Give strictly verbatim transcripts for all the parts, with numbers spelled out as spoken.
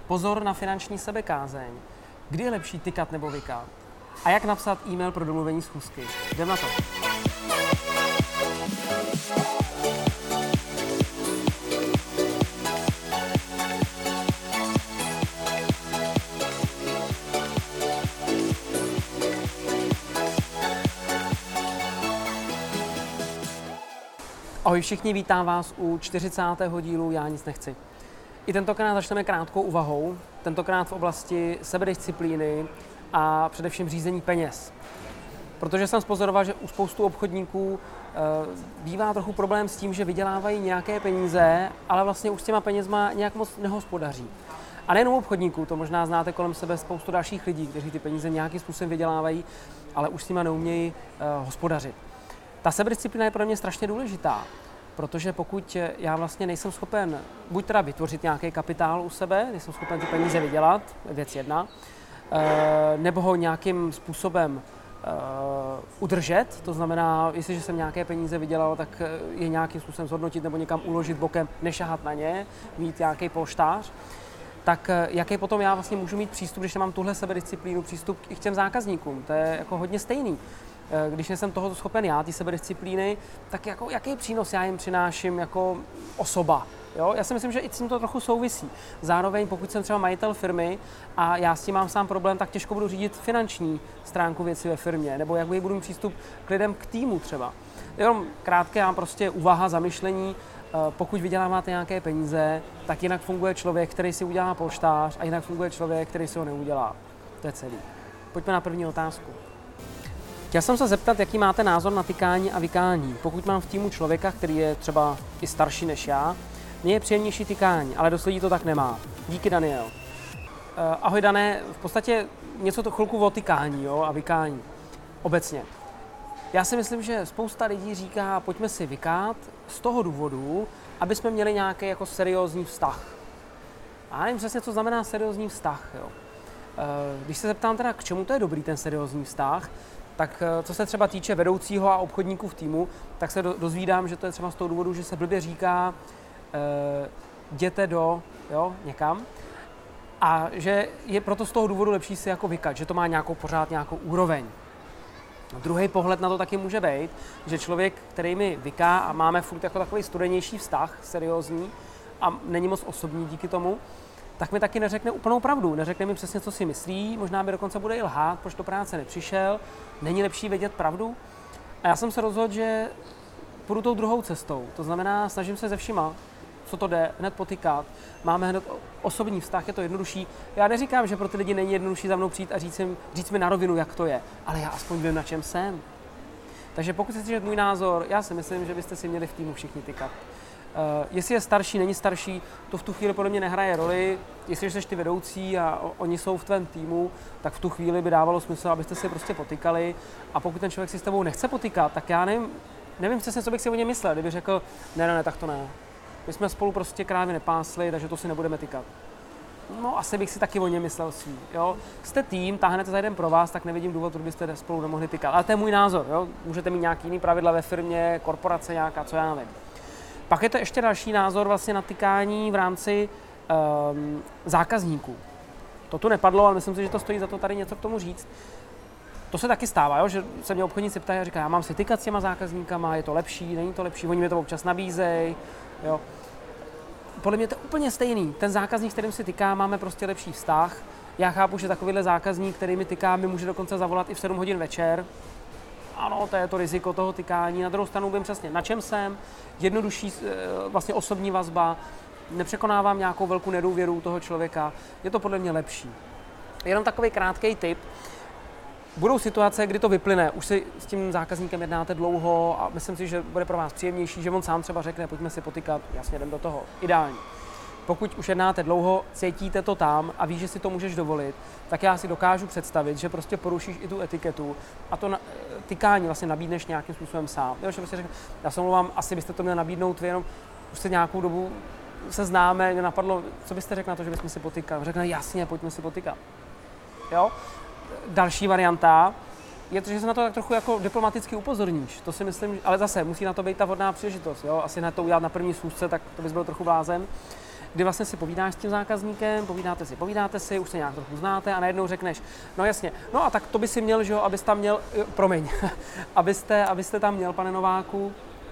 Pozor na finanční sebekázeň. Kdy je lepší tykat nebo vykat? A jak napsat e-mail pro domluvení schůzky? Jdem na to. Ahoj všichni, vítám vás u čtyřicátého dílu Já nic nechci. I tentokrát začneme krátkou úvahou, tentokrát v oblasti sebedisciplíny a především řízení peněz. Protože jsem spozoroval, že u spoustu obchodníků e, bývá trochu problém s tím, že vydělávají nějaké peníze, ale vlastně už s těma penězma nějak moc nehospodaří. A nejen u obchodníků, to možná znáte kolem sebe spoustu dalších lidí, kteří ty peníze nějakým způsobem vydělávají, ale už s nima neumějí e, hospodařit. Ta sebedisciplína je pro mě strašně důležitá, protože pokud já vlastně nejsem schopen buď teda vytvořit nějaký kapitál u sebe, nejsem schopen ty peníze vydělat, věc jedna, nebo ho nějakým způsobem udržet, to znamená, jestliže jsem nějaké peníze vydělal, tak je nějakým způsobem zhodnotit nebo někam uložit bokem, nešahat na ně, mít nějaký polštář, tak jaký potom já vlastně můžu mít přístup, když nemám tuhle sebedisciplínu, přístup i k těm zákazníkům, to je jako hodně stejný. Když nejsem toho schopen já, ty sebedisciplíny, tak jako, jaký přínos já jim přináším jako osoba. Jo? Já si myslím, že i s tím to trochu souvisí. Zároveň, pokud jsem třeba majitel firmy a já s tím mám sám problém, tak těžko budu řídit finanční stránku věci ve firmě, nebo jak budu mít přístup k lidem, k týmu třeba. Jenom krátké prostě úvaha, zamyšlení. Pokud vyděláváte nějaké peníze, tak jinak funguje člověk, který si udělá polštář, a jinak funguje člověk, který si ho neudělá. To je celý. Pojďme na první otázku. Chtěl jsem se zeptat, jaký máte názor na tykání a vykání. Pokud mám v týmu člověka, který je třeba i starší než já, mně je příjemnější tykání, ale dost lidí to tak nemá. Díky, Daniel. Uh, ahoj, Dané, v podstatě něco to chvilku o tykání, jo, a vykání. Obecně. Já si myslím, že spousta lidí říká, pojďme si vykát z toho důvodu, aby jsme měli nějaký jako seriózní vztah. A nevím přesně, co znamená seriózní vztah, jo. Uh, když se zeptám teda, k čemu to je dobrý ten seriózní vztah, tak co se třeba týče vedoucího a obchodníků v týmu, tak se dozvídám, že to je třeba z toho důvodu, že se blbě říká e, jděte do, jo, někam. A že je proto z toho důvodu lepší si jako vykat, že to má nějakou pořád nějakou úroveň. Druhý pohled na to taky může být, že člověk, který mi vyká a máme furt jako takový studenější vztah, seriózní a není moc osobní díky tomu, tak mi taky neřekne úplnou pravdu. Neřekne mi přesně, co si myslí, možná mi dokonce bude i lhát, proč do práce nepřišel. Není lepší vědět pravdu? A já jsem se rozhodl, že půjdu tou druhou cestou. To znamená, snažím se ze všima, co to jde, hned potykat. Máme hned osobní vztah, je to jednodušší. Já neříkám, že pro ty lidi není jednodušší za mnou přijít a říct, jim, říct mi na rovinu, jak to je, ale já aspoň vím, na čem jsem. Takže pokud si chcete můj názor, já si myslím, že byste si měli v týmu všichni tykat. Uh, jestli je starší, není starší, to v tu chvíli podle mě nehraje roli. Jestli jsi ty vedoucí a o, oni jsou v tvém týmu, tak v tu chvíli by dávalo smysl, abyste si prostě potykali. A pokud ten člověk si s tebou nechce potykat, tak já nevím, nevím přesně, co bych si o něm myslel. Kdyby řekl, ne, ne, ne, tak to ne. My jsme spolu prostě krávy nepásli, takže to si nebudeme tykat. No, asi bych si taky o něm myslel svý, jo. Jste tým, táhnete za jeden pro vás, tak nevidím důvod, proč byste spolu nemohli tykat. Ale to je můj názor, jo. Můžete mít nějaký jiný pravidla ve firmě, korporace nějaká, co já nevím. Pak je to ještě další názor vlastně na tykání v rámci um, zákazníků. To tu nepadlo, ale myslím si, že to stojí za to tady něco k tomu říct. To se taky stává, jo? Že se mě obchodníci ptají a říkají, já mám si tykat s těma zákazníkama, je to lepší, není to lepší, oni mi to občas nabízejí. Jo? Podle mě to je úplně stejný. Ten zákazník, kterým si tyká, máme prostě lepší vztah. Já chápu, že takovýhle zákazník, který mi tyká, mi může dokonce zavolat i v sedm hodin večer. Ano, to je to riziko toho tykání. Na druhou stranu vím přesně, na čem jsem, jednodušší vlastně osobní vazba, nepřekonávám nějakou velkou nedůvěru toho člověka. Je to podle mě lepší. Jenom takový krátký tip. Budou situace, kdy to vyplyne, už si s tím zákazníkem jednáte dlouho a myslím si, že bude pro vás příjemnější, že on sám třeba řekne, pojďme si potykat, jasně, jdem do toho, ideální. Pokud už jednáte dlouho, cítíte to tam a víš, že si to můžeš dovolit, tak já si dokážu představit, že prostě porušíš i tu etiketu a to na, tykání vlastně nabídneš nějakým způsobem sám. Jo, že prostě řekne, já se omlouvám, asi byste to měl nabídnout vy, jenom už se nějakou dobu se známe, mě napadlo, co byste řekl na to, že bychom si potykali. Řekne, jasně, pojďme si potykat. Jo? Další varianta je to, že se na to tak trochu jako diplomaticky upozorníš. To si myslím, ale zase musí na to být ta vhodná příležitost. Jo? Asi na to udělat na první schůzce, tak to bys byl trochu blázen. kdy vlastně si povídáš s tím zákazníkem, povídáte si, povídáte si, už se nějak trochu znáte a najednou řekneš, no jasně, no a tak to by si měl, že jo, abys tam měl, jo, promiň, abyste, abyste tam měl, pane Nováku,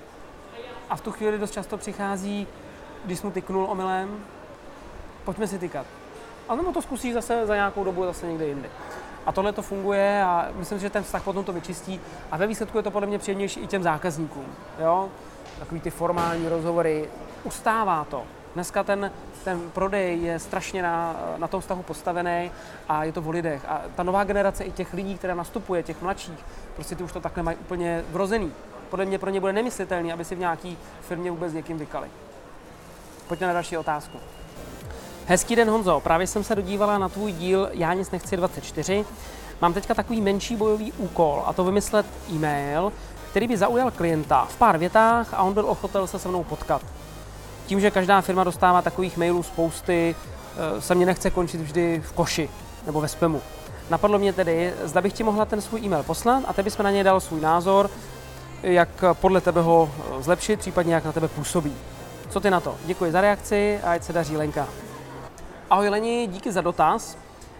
a v tu chvíli dost často přichází, když mu tyknul omylem, pojďme si tykat. A nebo to zkusí zase za nějakou dobu zase někde jinde. A tohle to funguje a myslím, že ten vztah potom to vyčistí a ve výsledku je to podle mě příjemnější i těm zákazníkům. Jo? Takový ty formální rozhovory, ustává to. Dneska ten, ten prodej je strašně na, na tom vztahu postavený a je to o lidech. A ta nová generace i těch lidí, která nastupuje, těch mladších, prostě ty už to takhle mají úplně vrozený. Podle mě pro ně bude nemyslitelný, aby si v nějaký firmě vůbec někým vykali. Pojďme na další otázku. Hezký den, Honzo, právě jsem se dodívala na tvůj díl Já nic nechci dvacet čtyři. Mám teďka takový menší bojový úkol a to vymyslet e-mail, který by zaujal klienta v pár větách a on byl ochoten se se mnou potkat. Tím, že každá firma dostává takových mailů spousty, se mě nechce končit vždy v koši nebo ve spamu. Napadlo mě tedy, zda bych ti mohla ten svůj e-mail poslat a ty bys mi na něj dal svůj názor, jak podle tebe ho zlepšit, případně jak na tebe působí. Co ty na to? Děkuji za reakci a ať se daří, Lenka. Ahoj Leni, díky za dotaz.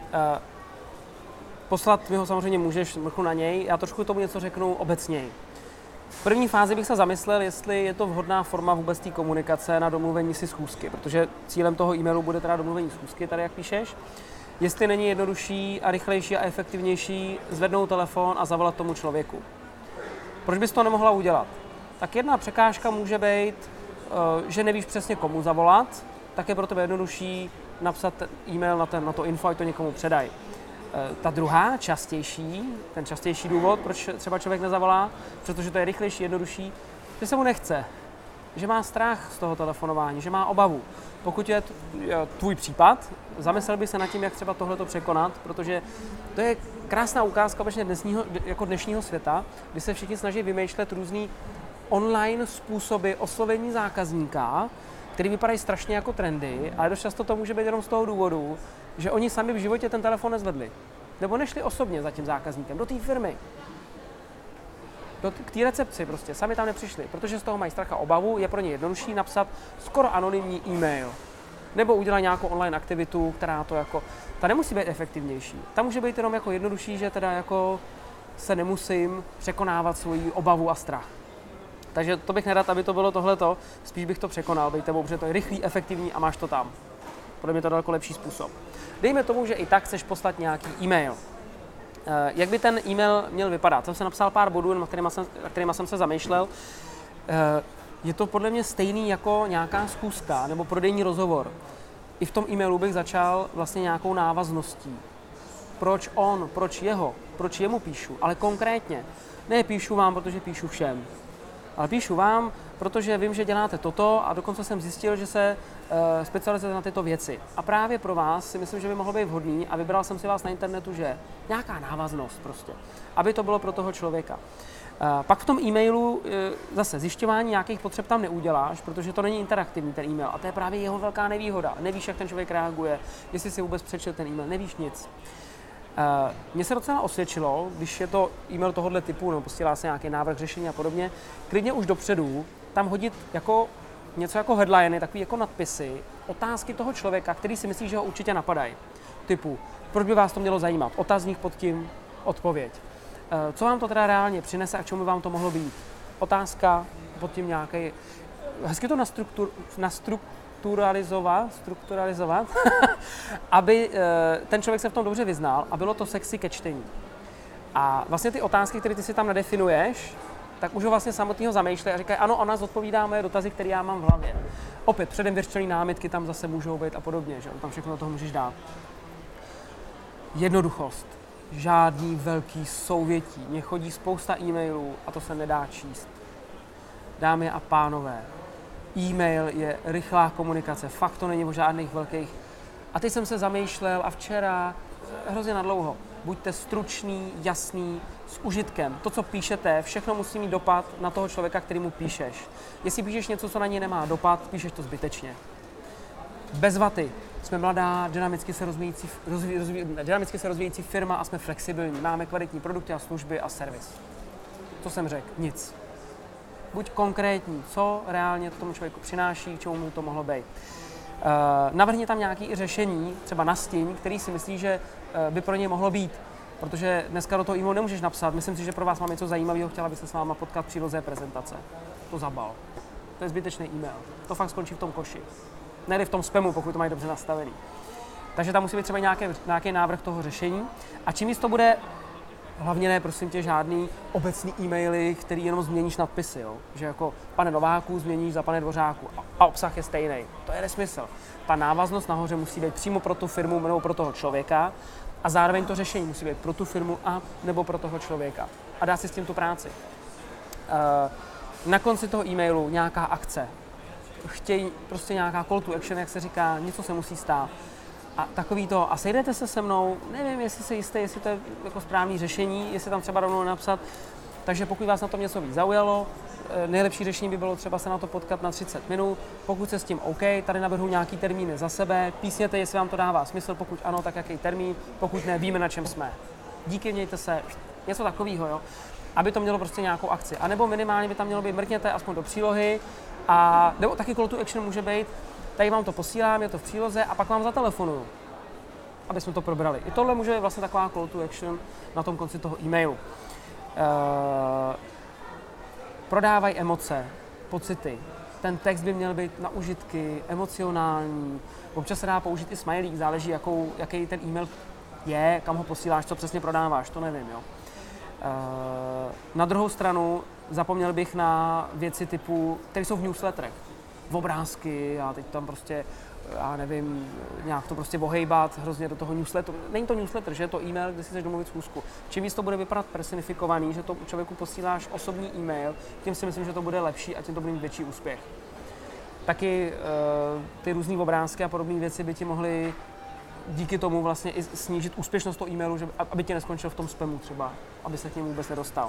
Poslat mi ho samozřejmě můžeš, mrknu na něj, já trošku tomu něco řeknu obecněji. V první fázi bych se zamyslel, jestli je to vhodná forma vůbec té komunikace na domluvení si schůzky, protože cílem toho e-mailu bude teda domluvení schůzky, tady jak píšeš. Jestli není jednodušší a rychlejší a efektivnější zvednout telefon a zavolat tomu člověku. Proč bys to nemohla udělat? Tak jedna překážka může být, že nevíš přesně komu zavolat, tak je pro tebe jednodušší napsat e-mail na, ten, na to info, ať to někomu předaj. Ta druhá, častější, ten častější důvod, proč třeba člověk nezavolá, protože to je rychlejší, jednodušší, že se mu nechce, že má strach z toho telefonování, že má obavu. Pokud je tvůj případ, zamyslel by se nad tím, jak třeba tohleto překonat, protože to je krásná ukázka vlastně dnešního, jako dnešního světa, kdy se všichni snaží vymýšlet různý online způsoby oslovení zákazníka, který vypadají strašně jako trendy, ale dost často to může být jenom z toho důvodu, že oni sami v životě ten telefon nezvedli. Nebo nešli osobně za tím zákazníkem, do té firmy. Do t- k té recepci prostě, sami tam nepřišli, protože z toho mají strach a obavu, je pro ně jednodušší napsat skoro anonymní e-mail. Nebo udělat nějakou online aktivitu, která to jako, ta nemusí být efektivnější. Ta může být jenom jako jednodušší, že teda jako se nemusím překonávat svoji obavu a strach. Takže to bych nerad, aby to bylo tohleto, spíš bych to překonal, bejte, protože to je rychlý, efektivní a máš to tam. Podle mě to daleko lepší způsob. Dejme tomu, že i tak chceš poslat nějaký e-mail. Jak by ten e-mail měl vypadat? Jsem se napsal pár bodů, na kterýma jsem, na kterýma jsem se zamýšlel. Je to podle mě stejný jako nějaká schůzka nebo prodejní rozhovor. I v tom e-mailu bych začal vlastně nějakou návazností. Proč on, proč jeho, proč jemu píšu, ale konkrétně. Ne píšu vám, protože píšu všem. Ale píšu vám, protože vím, že děláte toto a dokonce jsem zjistil, že se uh, specializujete na tyto věci. A právě pro vás si myslím, že by mohlo být vhodný a vybral jsem si vás na internetu, že nějaká návaznost prostě, aby to bylo pro toho člověka. Uh, pak v tom e-mailu uh, zase zjišťování nějakých potřeb tam neuděláš, protože to není interaktivní ten e-mail a to je právě jeho velká nevýhoda. Nevíš, jak ten člověk reaguje, jestli si vůbec přečetl ten e-mail, nevíš nic. Uh, Mně se docela osvědčilo, když je to e-mail tohohle typu, nebo posílá se nějaký návrh řešení a podobně, klidně už dopředu tam hodit jako něco jako headliny, takový jako nadpisy, otázky toho člověka, který si myslí, že ho určitě napadají. Typu, proč by vás to mělo zajímat? Otazník pod tím, odpověď. Uh, co vám to teda reálně přinese a k čemu by vám to mohlo být? Otázka pod tím nějaký, hezky to nastruktur, nastruktur strukturalizovat, strukturalizovat aby e, ten člověk se v tom dobře vyznal a bylo to sexy ke čtení. A vlastně ty otázky, které ty si tam nadefinuješ, tak už ho vlastně samotného zamýšlej a říkají, ano, ona zodpovídá moje dotazy, které já mám v hlavě. Opět předem vyřčený námitky tam zase můžou být a podobně, že tam všechno do toho můžeš dát. Jednoduchost. Žádný velký souvětí. Mně chodí spousta e-mailů a to se nedá číst. Dámy a pánové, e-mail je rychlá komunikace, fakt to není o žádných velkých. A teď jsem se zamýšlel a včera, hrozně nadlouho, buďte stručný, jasný, s užitkem. To, co píšete, všechno musí mít dopad na toho člověka, kterýmu píšeš. Jestli píšeš něco, co na něj nemá dopad, píšeš to zbytečně. Bez vaty. Jsme mladá, dynamicky se rozvíjející, rozví, rozví, dynamicky se rozvíjející firma a jsme flexibilní. Máme kvalitní produkty a služby a servis. Co jsem řekl? Nic. Buď konkrétní, co reálně tomu člověku přináší, k čemu mu to mohlo být. navrhni tam nějaké i řešení, třeba nastin, který si myslí, že by pro ně mohlo být. Protože dneska do toho e-mailu nemůžeš napsat, myslím si, že pro vás mám něco zajímavého, chtěla bych se s váma potkat v příloze prezentace. To zabal. To je zbytečný e-mail. To fakt skončí v tom koši. Nejde v tom spamu, pokud to mají dobře nastavený. Takže tam musí být třeba nějaký, nějaký návrh toho řešení. A čím víc to bude, hlavně ne, prosím tě, žádný obecný e-maily, který jenom změníš nadpisy, jo? Že jako pane Nováku změníš za pane Dvořáku a, a obsah je stejný. To je nesmysl. Ta návaznost nahoře musí být přímo pro tu firmu nebo pro toho člověka a zároveň to řešení musí být pro tu firmu a nebo pro toho člověka. A dá si s tím tu práci. Uh, na konci toho e-mailu nějaká akce. Chtějí prostě nějaká call to action, jak se říká, něco se musí stát. A takový to, a sejdete se se mnou, nevím, jestli se jisté, jestli to je jako správné řešení, jestli tam třeba rovnou napsat. Takže pokud vás na tom něco víc zaujalo, nejlepší řešení by bylo třeba se na to potkat na třicet minut. Pokud se s tím OK, tady navrhu nějaký termíny za sebe, písněte, jestli vám to dává smysl, pokud ano, tak jaký termín, pokud ne, víme, na čem jsme. Díky, mějte se, něco takového, jo, aby to mělo prostě nějakou akci. A nebo minimálně by tam mělo být, mrkněte aspoň do přílohy, a nebo taky call to action může být, tady vám to posílám, je to v příloze a pak vám zatelefonuju, aby jsme to probrali. I tohle může být vlastně taková call to action na tom konci toho e-mailu. Uh, prodávají emoce, pocity. Ten text by měl být na užitky, emocionální. Občas se dá použít i smajlík, záleží, jakou, jaký ten e-mail je, kam ho posíláš, co přesně prodáváš, to nevím. Jo. Uh, na druhou stranu zapomněl bych na věci typu, které jsou v newsletterech. V obrázky a teď tam prostě, já nevím, nějak to prostě ohejbat hrozně do toho newsletteru. Není to newsletter, že je to e-mail, kde si chceš domluvit schůzku. Čím víc to bude vypadat personifikovaný, že to člověku posíláš osobní e-mail, tím si myslím, že to bude lepší a tím to bude mít větší úspěch. Taky uh, ty různý obrázky a podobné věci by ti mohly díky tomu vlastně i snížit úspěšnost toho e-mailu, že, aby ti neskončil v tom spamu třeba, aby se k němu vůbec nedostal.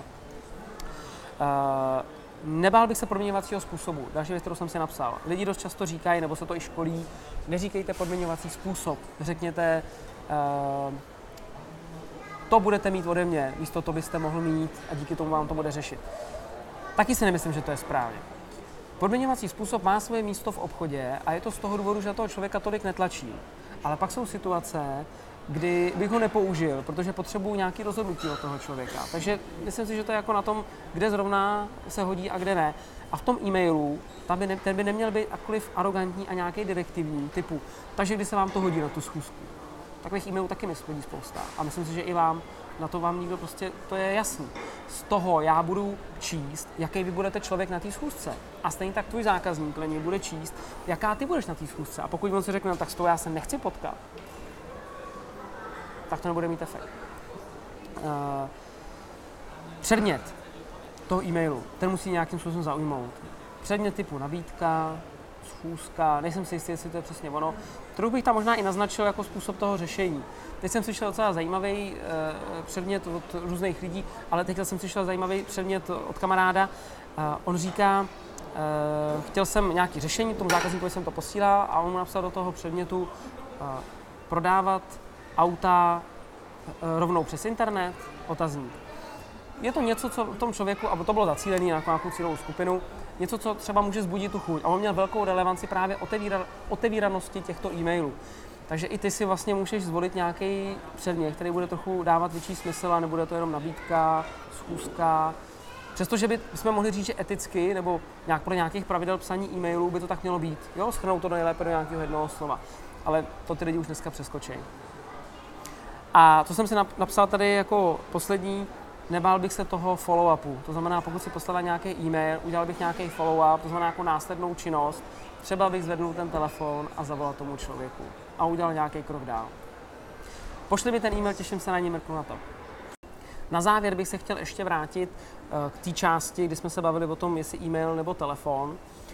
Uh, Nebál bych se podměňovacího způsobu, další věc, kterou jsem si napsal. Lidi dost často říkají, nebo se to i školí, neříkejte podměňovací způsob, řekněte, uh, to budete mít ode mě, místo to byste mohl mít a díky tomu vám to bude řešit. Taky si nemyslím, že to je správně. Podměňovací způsob má svoje místo v obchodě a je to z toho důvodu, že toho člověka tolik netlačí. Ale pak jsou situace, kdy bych ho nepoužil, protože potřebuju nějaké rozhodnutí od toho člověka. Takže myslím si, že to je jako na tom, kde zrovna se hodí a kde ne. A v tom e-mailu, tam by ne, ten by neměl být jakkoliv arrogantní a nějaký direktivní typu. Takže kdy se vám to hodí na tu schůzku. Takových e-mailů taky mi schodí spousta. A myslím si, že i vám, na to vám nikdo prostě, to je jasný. Z toho já budu číst, jaký vy budete člověk na té schůzce. A stejně tak tvůj zákazník Leni bude číst, jaká ty budeš na té schůzce. A pokud on si řekne, no, tak s tou já se nechci potkat, tak to nebude mít efekt. Uh, předmět toho e-mailu, ten musí nějakým způsobem zaujmout. Předmět typu nabídka, schůzka, nejsem si jistý, jestli to je přesně ono. Trochu bych tam možná i naznačil jako způsob toho řešení. Teď jsem slyšel docela zajímavý uh, předmět od různých lidí, ale teď jsem slyšel zajímavý předmět od kamaráda. Uh, on říká, uh, chtěl jsem nějaké řešení, tomu zákazníkovi jsem to posílal a on mu napsal do toho předmětu uh, prodávat auta rovnou přes internet, otazník. Je to něco, co v tom člověku, a to bylo zacílené na nějakou cílovou skupinu, něco, co třeba může zbudit tu chuť. A on měl velkou relevanci právě otevíra, otevíranosti těchto e-mailů. Takže i ty si vlastně můžeš zvolit nějaký předmět, který bude trochu dávat větší smysl a nebude to jenom nabídka, schůzka. Přestože bychom mohli říct, že eticky nebo nějak pro nějakých pravidel psaní e-mailů by to tak mělo být. Jo, shrnout to nejlépe do nějakého jednoho slova. Ale to ty lidi už dneska přeskočí. A co jsem si napsal tady jako poslední, nebál bych se toho follow-upu. To znamená, pokud si poslala nějaký e-mail, udělal bych nějaký follow-up, to znamená jako následnou činnost, třeba bych zvednul ten telefon a zavolal tomu člověku a udělal nějaký krok dál. Pošli mi ten e-mail, těším se na ní, mrknu na to. Na závěr bych se chtěl ještě vrátit k té části, kdy jsme se bavili o tom, jestli e-mail nebo telefon.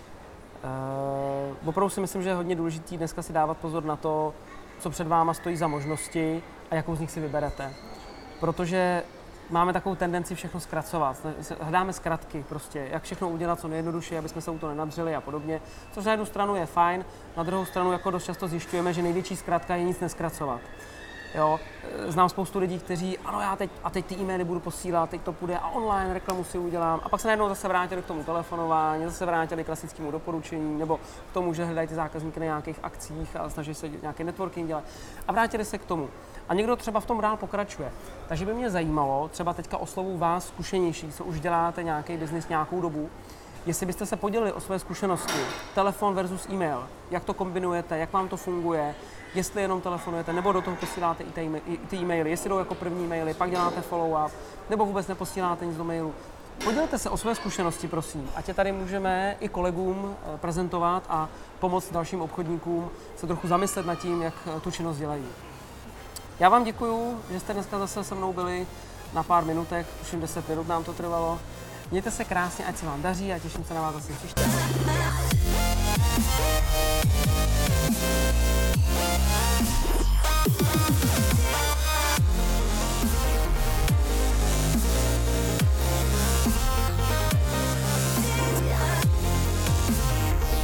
Uh, opravdu si myslím, že je hodně důležitý dneska si dávat pozor na to, co před váma stojí za možnosti a jakou z nich si vyberete. Protože máme takovou tendenci všechno zkracovat. Hledáme zkratky prostě, jak všechno udělat co nejjednodušeji, aby jsme se u toho nenadřeli a podobně. Což na jednu stranu je fajn, na druhou stranu jako dost často zjišťujeme, že největší zkratka je nic neskracovat. Jo, znám spoustu lidí, kteří, ano, já teď, a teď ty e-maily budu posílat, teď to půjde a online reklamu si udělám. A pak se najednou zase vrátili k tomu telefonování, zase vrátili k klasickému doporučení, nebo k tomu, že hledají ty zákazníky na nějakých akcích a snaží se nějaký networking dělat. A vrátili se k tomu. A někdo třeba v tom dál pokračuje. Takže by mě zajímalo, třeba teďka oslovu vás zkušenější, co už děláte nějaký biznis nějakou dobu, jestli byste se podělili o své zkušenosti, telefon versus e-mail, jak to kombinujete, jak vám to funguje, jestli jenom telefonujete, nebo do toho posíláte i ty, i ty e-maily, jestli jdou jako první maily, pak děláte follow-up, nebo vůbec neposíláte nic do mailu. Podělte se o své zkušenosti, prosím, ať je tady můžeme i kolegům prezentovat a pomoct dalším obchodníkům se trochu zamyslet nad tím, jak tu činnost dělají. Já vám děkuju, že jste dneska zase se mnou byli na pár minutek, už jen deset minut nám to trvalo. Mějte se krásně, ať se vám daří a těším se na vás zase příště.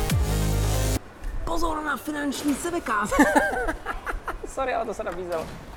Pozor na finanční sebekáz. Sorry, ale to se nabízelo.